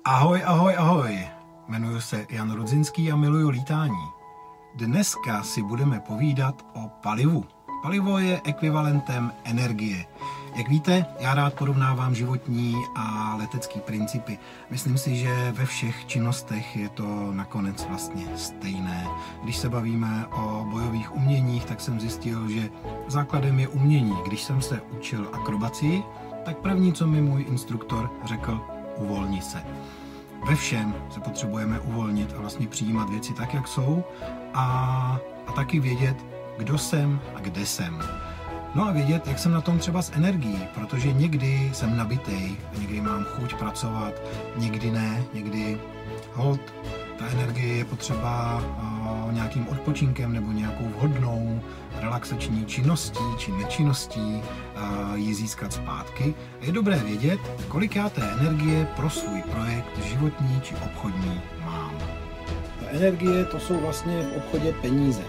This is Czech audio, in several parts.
Ahoj, ahoj, ahoj. Jmenuji se Jan Rudzinský a miluju lítání. Dneska si budeme povídat o palivu. Palivo je ekvivalentem energie. Jak víte, já rád porovnávám životní a letecký principy. Myslím si, že ve všech činnostech je to nakonec vlastně stejné. Když se bavíme o bojových uměních, tak jsem zjistil, že základem je umění. Když jsem se učil akrobacii, tak první, co mi můj instruktor řekl, uvolni se. Ve všem se potřebujeme uvolnit a vlastně přijímat věci tak, jak jsou a taky vědět, kdo jsem a kde jsem. No a vědět, jak jsem na tom třeba s energií, protože někdy jsem nabitej, někdy mám chuť pracovat, někdy ne, někdy hold. Ta energie je potřeba nějakým odpočinkem nebo nějakou vhodnou relaxační činností či nečinností ji získat zpátky. Je dobré vědět, kolik já té energie pro svůj projekt životní či obchodní mám. Ta energie, to jsou vlastně v obchodě peníze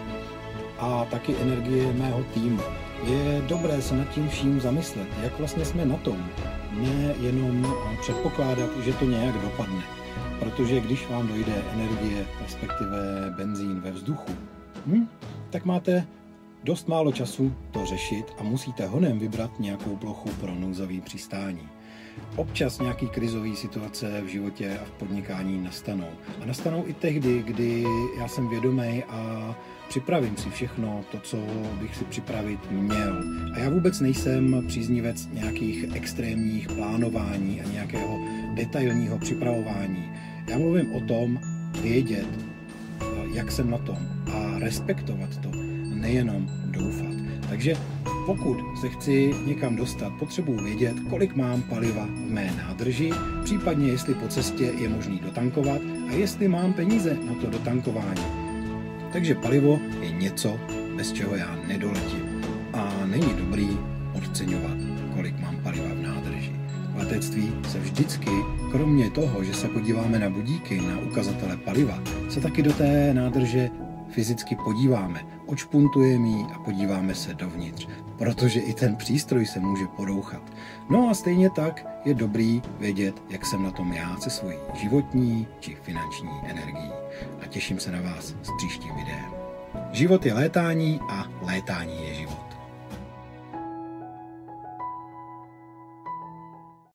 a taky energie mého týmu. Je dobré se nad tím vším zamyslet, jak vlastně jsme na tom, ne jenom předpokládat, že to nějak dopadne. Protože když vám dojde energie, respektive benzín ve vzduchu, tak máte dost málo času to řešit a musíte honem vybrat nějakou plochu pro nouzový přistání. Občas nějaký krizové situace v životě a v podnikání nastanou. A nastanou i tehdy, kdy já jsem vědomý a připravím si všechno to, co bych si připravit měl. A já vůbec nejsem příznivec nějakých extrémních plánování a nějakého detailního připravování. Já mluvím o tom vědět, jak jsem na tom a respektovat to, nejenom doufat. Takže pokud se chci někam dostat, potřebuji vědět, kolik mám paliva v mé nádrži, případně jestli po cestě je možný dotankovat a jestli mám peníze na to dotankování. Takže palivo je něco, bez čeho já nedoletím. A není dobrý podceňovat, kolik mám paliva v nádrži. V letectví se vždycky, kromě toho, že se podíváme na budíky, na ukazatele paliva, se taky do té nádrže fyzicky podíváme, odšpuntujeme ji a podíváme se dovnitř, protože i ten přístroj se může porouchat. No a stejně tak je dobrý vědět, jak jsem na tom já se svojí životní či finanční energií. A těším se na vás s příštím videem. Život je létání a létání je život.